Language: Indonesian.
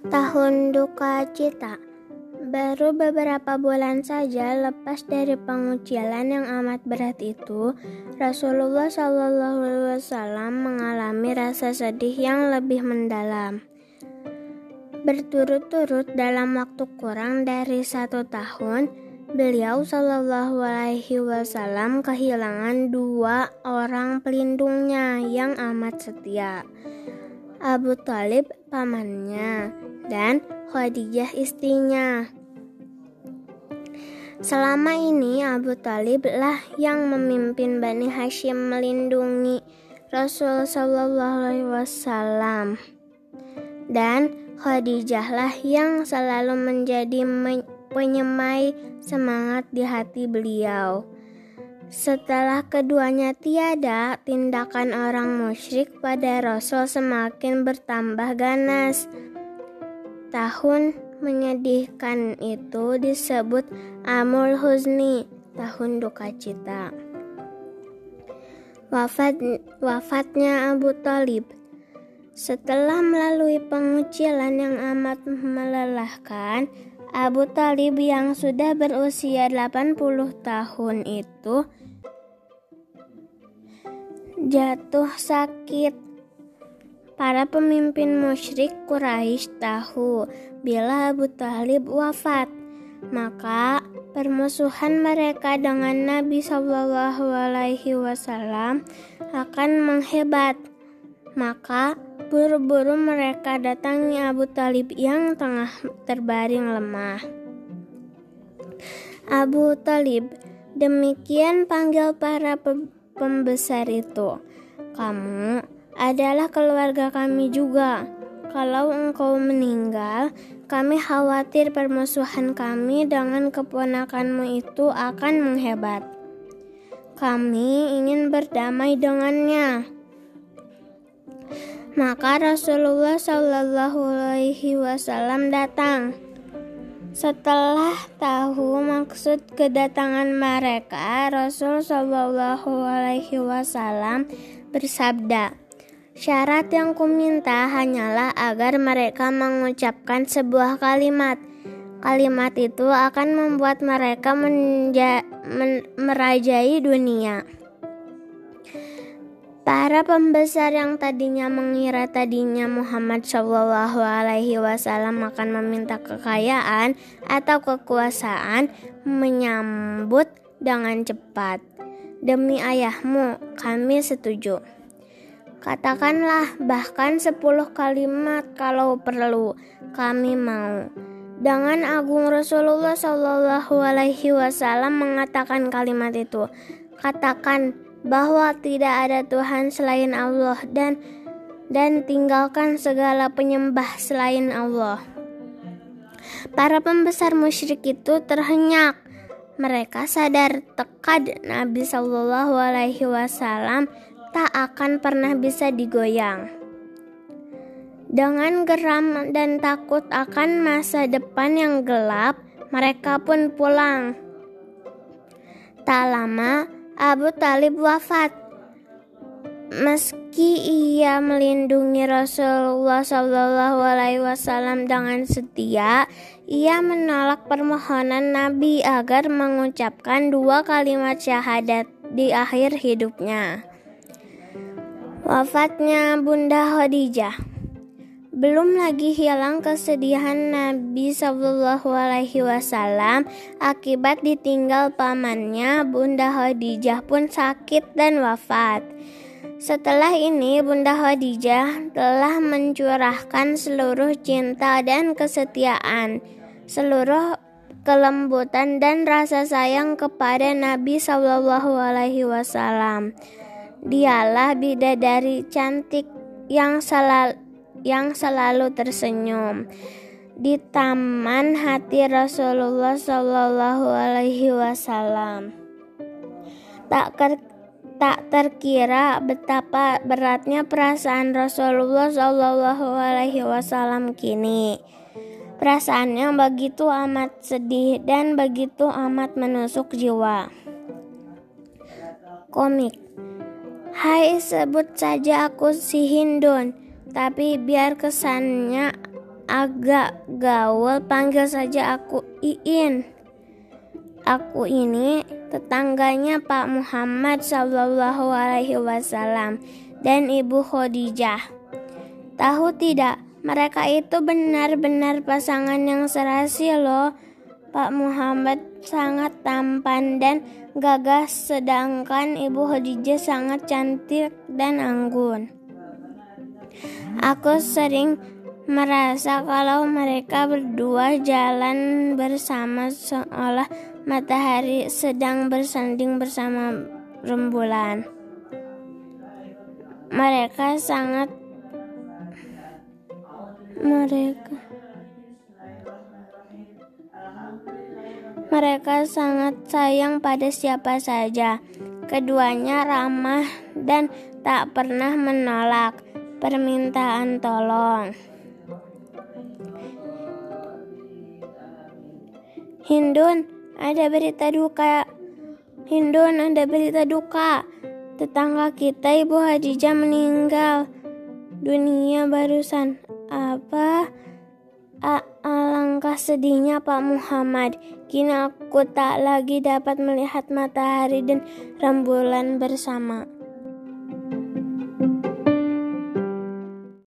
Tahun duka cita. Baru beberapa bulan saja lepas dari pengucilan yang amat berat itu, Rasulullah SAW mengalami rasa sedih yang lebih mendalam. Berturut-turut dalam waktu kurang dari 1 tahun, beliau SAW kehilangan 2 orang pelindungnya yang amat setia, Abu Thalib pamannya dan Khadijah istrinya. Selama ini Abu Thalib lah yang memimpin Bani Hashim melindungi Rasul SAW, dan Khadijah lah yang selalu menjadi penyemai semangat di hati beliau. Setelah keduanya tiada, tindakan orang musyrik pada Rasul semakin bertambah ganas. Tahun menyedihkan itu disebut Amul Huzni, tahun duka cita. Wafatnya Abu Thalib. Setelah melalui pengucilan yang amat melelahkan, Abu Thalib yang sudah berusia 80 tahun itu jatuh sakit. Para pemimpin musyrik Quraisy tahu bila Abu Thalib wafat, maka permusuhan mereka dengan Nabi SAW akan menghebat. Maka buru-buru mereka datangi Abu Thalib yang tengah terbaring lemah. Abu Thalib, demikian panggil para pembesar itu, "Kamu adalah keluarga kami juga. Kalau engkau meninggal, kami khawatir permusuhan kami dengan keponakanmu itu akan menghebat. Kami ingin berdamai dengannya." Maka Rasulullah SAW datang. Setelah tahu maksud kedatangan mereka, Rasul SAW bersabda, "Syarat yang kuminta hanyalah agar mereka mengucapkan sebuah kalimat. Kalimat itu akan membuat mereka merajai dunia." Para pembesar yang tadinya mengira Muhammad SAW akan meminta kekayaan atau kekuasaan, menyambut dengan cepat, "Demi ayahmu, kami setuju. Katakanlah bahkan 10 kalimat kalau perlu, kami mau." Dengan agung Rasulullah SAW mengatakan kalimat itu, "Katakan bahwa tidak ada Tuhan selain Allah dan tinggalkan segala penyembah selain Allah." Para pembesar musyrik itu terhenyak. Mereka sadar tekad Nabi SAW tak akan pernah bisa digoyang. Dengan geram dan takut akan masa depan yang gelap, mereka pun pulang. Tak lama Abu Thalib wafat. Meski ia melindungi Rasulullah SAW dengan setia, ia menolak permohonan Nabi agar mengucapkan 2 kalimat syahadat di akhir hidupnya. Wafatnya Bunda Khadijah. Belum lagi hilang kesedihan Nabi SAW akibat ditinggal pamannya, Bunda Khadijah pun sakit dan wafat. Setelah ini Bunda Khadijah telah mencurahkan seluruh cinta dan kesetiaan, seluruh kelembutan dan rasa sayang kepada Nabi SAW. Dialah bidadari cantik yang selalu tersenyum di taman hati Rasulullah SAW. Tak terkira betapa beratnya perasaan Rasulullah SAW kini. Perasaan yang begitu amat sedih dan begitu amat menusuk jiwa. Komik. Hai, sebut saja aku si Hindun, tapi biar kesannya agak gaul, panggil saja aku Iin. Aku ini tetangganya Pak Muhammad SAW dan Ibu Khadijah. Tahu tidak, mereka itu benar-benar pasangan yang serasi loh. Pak Muhammad sangat tampan dan gagah, sedangkan Ibu Khadijah sangat cantik dan anggun. Aku sering merasa kalau mereka berdua jalan bersama seolah matahari sedang bersanding bersama rembulan. Mereka sangat sayang pada siapa saja. Keduanya ramah dan tak pernah menolak permintaan tolong. Hindun, ada berita duka. Tetangga kita Ibu Khadijah meninggal dunia barusan. Apa? Alangkah sedihnya Pak Muhammad. Kini aku tak lagi dapat melihat matahari dan rembulan bersama.